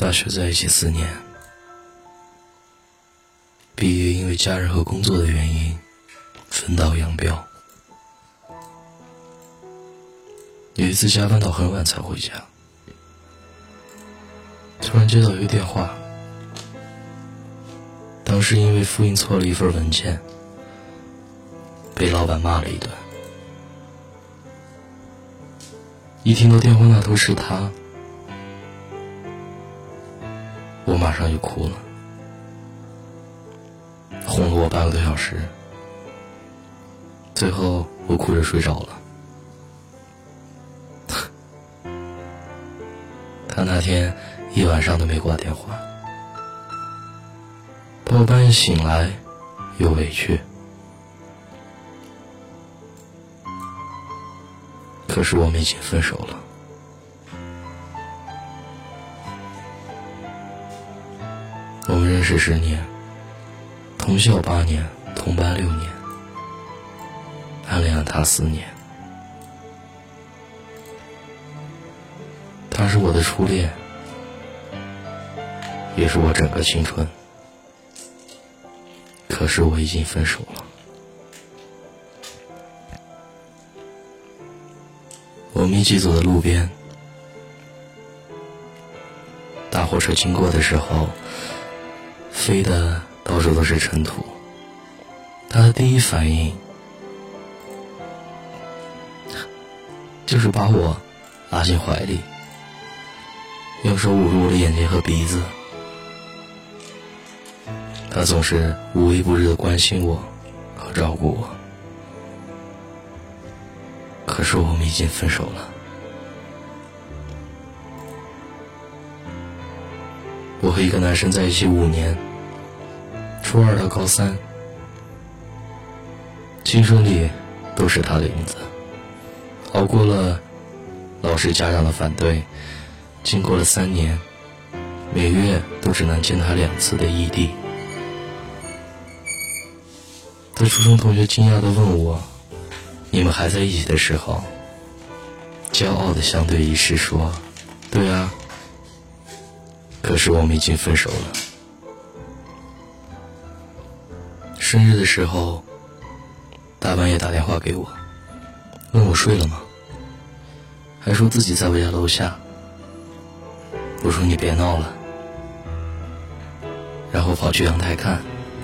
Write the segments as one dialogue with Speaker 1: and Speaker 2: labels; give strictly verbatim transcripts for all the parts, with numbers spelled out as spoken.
Speaker 1: 大学在一起四年，毕业因为家人和工作的原因分道扬镳。有一次加班到很晚才回家，突然接到一个电话，当时因为复印错了一份文件，被老板骂了一顿。一听到电话那头是他，我马上就哭了，哄了我半个多小时，最后我哭着睡着了。他那天一晚上都没挂电话，把我半夜醒来又委屈。可是我们已经分手了。我们认识十年，同校八年，同班六年，暗恋了他四年。他是我的初恋，也是我整个青春。可是我已经分手了。我们一起走在路边，大货车经过的时候，飞的到处都是尘土。他的第一反应就是把我拉进怀里，用手捂住我的眼睛和鼻子。他总是无微不至地关心我和照顾我。可是我们已经分手了。我和一个男生在一起五年，初二到高三，青春里都是他的影子。熬过了老师家长的反对，经过了三年，每月都只能见他两次的异地。的初中同学惊讶地问我，你们还在一起的时候，骄傲地相对一视说，对啊，可是我们已经分手了。生日的时候，大半夜打电话给我，问我睡了吗，还说自己在我家楼下。我说你别闹了，然后跑去阳台看，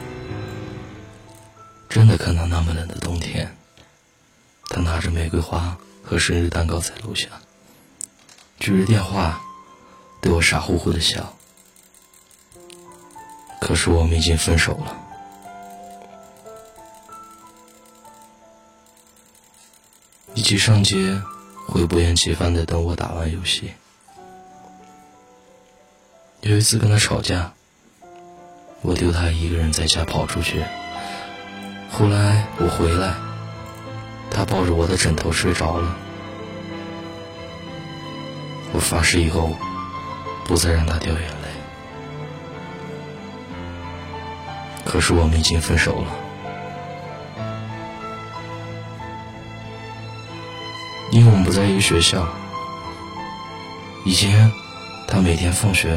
Speaker 1: 真的看到那么冷的冬天，他拿着玫瑰花和生日蛋糕在楼下，举着电话对我傻乎乎的笑。可是我们已经分手了。一起上街，会不厌其烦地等我打完游戏。有一次跟他吵架，我丢他一个人在家跑出去，后来我回来，他抱着我的枕头睡着了。我发誓以后不再让他掉眼泪。可是我们已经分手了。因为我们不在一个学校，以前他每天放学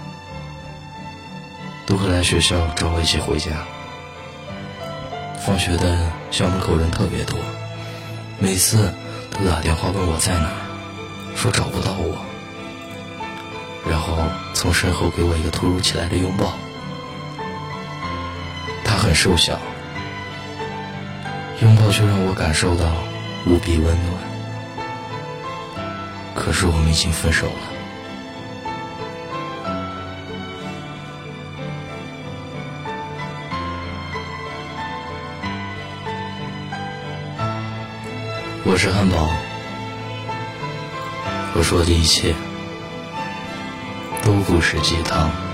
Speaker 1: 都会来学校找我一起回家。放学的校门口人特别多，每次都打电话问我在哪儿，说找不到我，然后从身后给我一个突如其来的拥抱。他很瘦小，拥抱却让我感受到无比温暖。可是我们已经分手了。我是汉堡，我说的一切都不是鸡汤。